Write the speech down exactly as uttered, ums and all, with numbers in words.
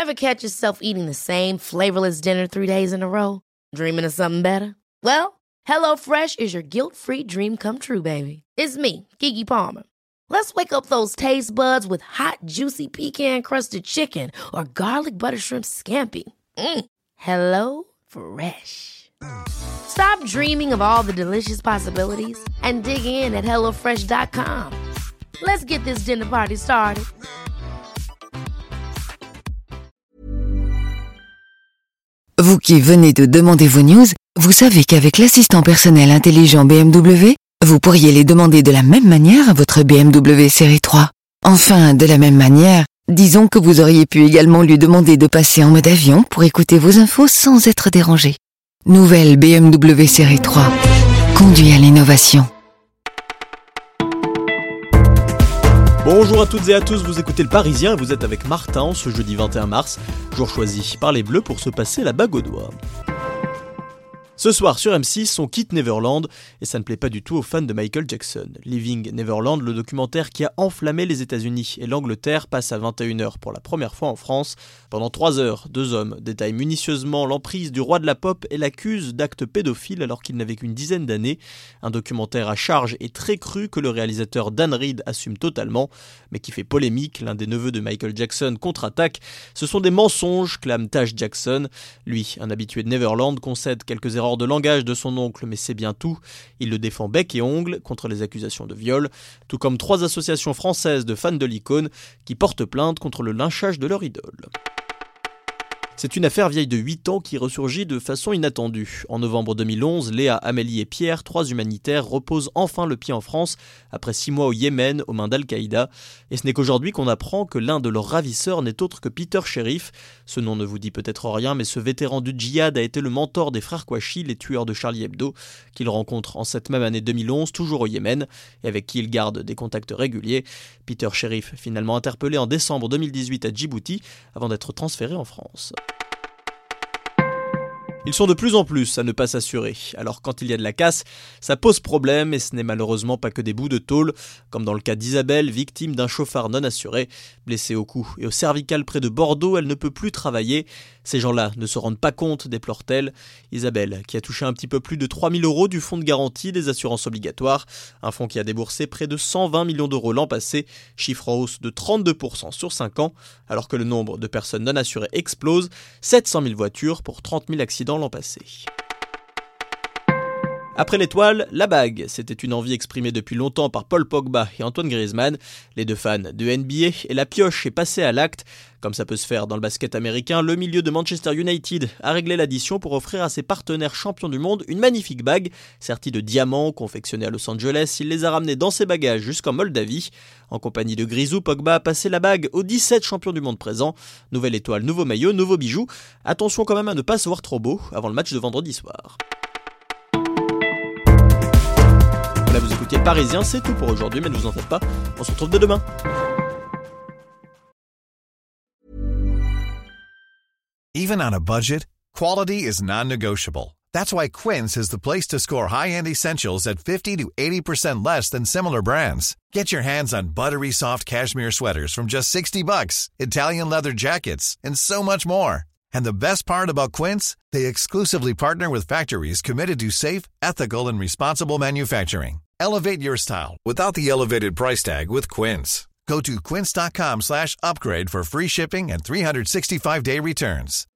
Ever catch yourself eating the same flavorless dinner three days in a row? Dreaming of something better? Well, HelloFresh is your guilt-free dream come true, baby. It's me, Keke Palmer. Let's wake up those taste buds with hot, juicy pecan-crusted chicken or garlic butter shrimp scampi. Mm. Hello Fresh. Stop dreaming of all the delicious possibilities and dig in at hello fresh dot com. Let's get this dinner party started. Vous qui venez de demander vos news, vous savez qu'avec l'assistant personnel intelligent B M W, vous pourriez les demander de la même manière à votre B M W série trois. Enfin, de la même manière, disons que vous auriez pu également lui demander de passer en mode avion pour écouter vos infos sans être dérangé. Nouvelle B M W série trois. Conduit à l'innovation. Bonjour à toutes et à tous, vous écoutez Le Parisien et vous êtes avec Martin ce jeudi vingt et un mars, jour choisi par les Bleus pour se passer la bague au doigt. Ce soir sur M six, on quitte Neverland et ça ne plaît pas du tout aux fans de Michael Jackson. Living Neverland, le documentaire qui a enflammé les États-Unis et l'Angleterre, passe à vingt et une heures pour la première fois en France. Pendant trois heures, deux hommes détaillent minutieusement l'emprise du roi de la pop et l'accusent d'actes pédophiles alors qu'il n'avait qu'une dizaine d'années. Un documentaire à charge et très cru que le réalisateur Dan Reed assume totalement, mais qui fait polémique. L'un des neveux de Michael Jackson contre-attaque. Ce sont des mensonges, clame Tash Jackson. Lui, un habitué de Neverland, concède quelques erreurs de langage de son oncle, mais c'est bien tout. Il le défend bec et ongle contre les accusations de viol, tout comme trois associations françaises de fans de l'icône qui portent plainte contre le lynchage de leur idole. C'est une affaire vieille de huit ans qui ressurgit de façon inattendue. En novembre deux mille onze, Léa, Amélie et Pierre, trois humanitaires, reposent enfin le pied en France après six mois au Yémen aux mains d'Al-Qaïda. Et ce n'est qu'aujourd'hui qu'on apprend que l'un de leurs ravisseurs n'est autre que Peter Sherif. Ce nom ne vous dit peut-être rien, mais ce vétéran du djihad a été le mentor des frères Kouachi, les tueurs de Charlie Hebdo, qu'il rencontre en cette même année deux mille onze, toujours au Yémen, et avec qui il garde des contacts réguliers. Peter Sherif, finalement interpellé en décembre deux mille dix-huit à Djibouti, avant d'être transféré en France. Ils sont de plus en plus à ne pas s'assurer. Alors quand il y a de la casse, ça pose problème et ce n'est malheureusement pas que des bouts de tôle, comme dans le cas d'Isabelle, victime d'un chauffard non assuré. Blessée au cou et au cervical près de Bordeaux, elle ne peut plus travailler. Ces gens-là ne se rendent pas compte, déplore-t-elle. Isabelle, qui a touché un petit peu plus de trois mille euros du fonds de garantie des assurances obligatoires, un fonds qui a déboursé près de cent vingt millions d'euros l'an passé, chiffre en hausse de trente-deux pour cent sur cinq ans, alors que le nombre de personnes non assurées explose, sept cent mille voitures pour trente mille accidents l'an passé. Après l'étoile, la bague. C'était une envie exprimée depuis longtemps par Paul Pogba et Antoine Griezmann. Les deux fans de N B A et la pioche est passée à l'acte. Comme ça peut se faire dans le basket américain, le milieu de Manchester United a réglé l'addition pour offrir à ses partenaires champions du monde une magnifique bague, sertie de diamants, confectionnée à Los Angeles. Il les a ramenés dans ses bagages jusqu'en Moldavie. En compagnie de Grisou, Pogba a passé la bague aux dix-sept champions du monde présents. Nouvelle étoile, nouveau maillot, nouveau bijou. Attention quand même à ne pas se voir trop beau avant le match de vendredi soir. Là vous écoutez Le Parisien, c'est tout pour aujourd'hui, mais ne vous en faites pas, on se retrouve dès demain. Even on a budget, quality is non-negotiable. That's why Quince is the place to score high-end essentials at fifty to eighty percent less than similar brands. Get your hands on buttery soft cashmere sweaters from just sixty bucks, Italian leather jackets, and so much more. And the best part about Quince, they exclusively partner with factories committed to safe, ethical, and responsible manufacturing. Elevate your style without the elevated price tag with Quince. Go to quince.com slash upgrade for free shipping and three sixty-five day returns.